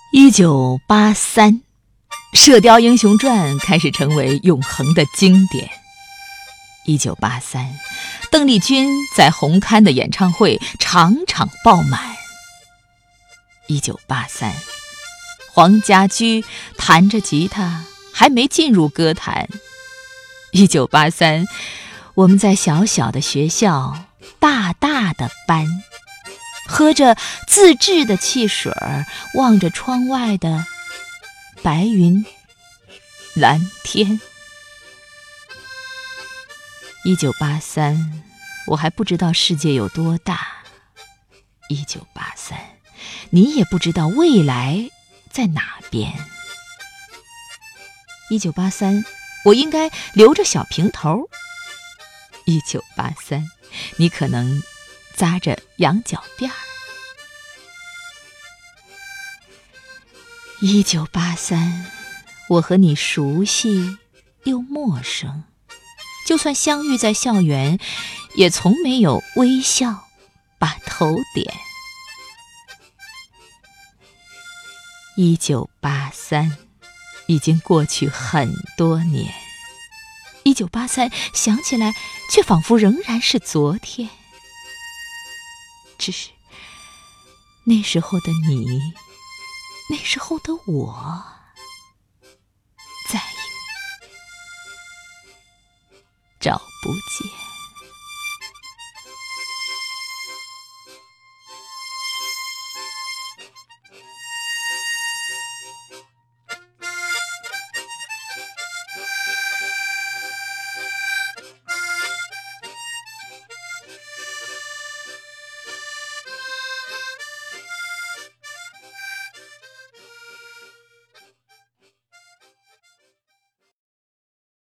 1983，射雕英雄传开始成为永恒的经典。1983，邓丽君在红磡的演唱会场场爆满。1983，黄家驹弹着吉他还没进入歌坛。1983，我们在小小的学校，大大的班，喝着自制的汽水，望着窗外的白云蓝天。1983，我还不知道世界有多大。1983，你也不知道未来在哪边。1983，我应该留着小平头。1983，你可能扎着羊角辫儿。1983，我和你熟悉又陌生，就算相遇在校园，也从没有微笑把头点。1983，已经过去很多年。1983，想起来却仿佛仍然是昨天。只是那时候的你，那时候的我，再也找不见。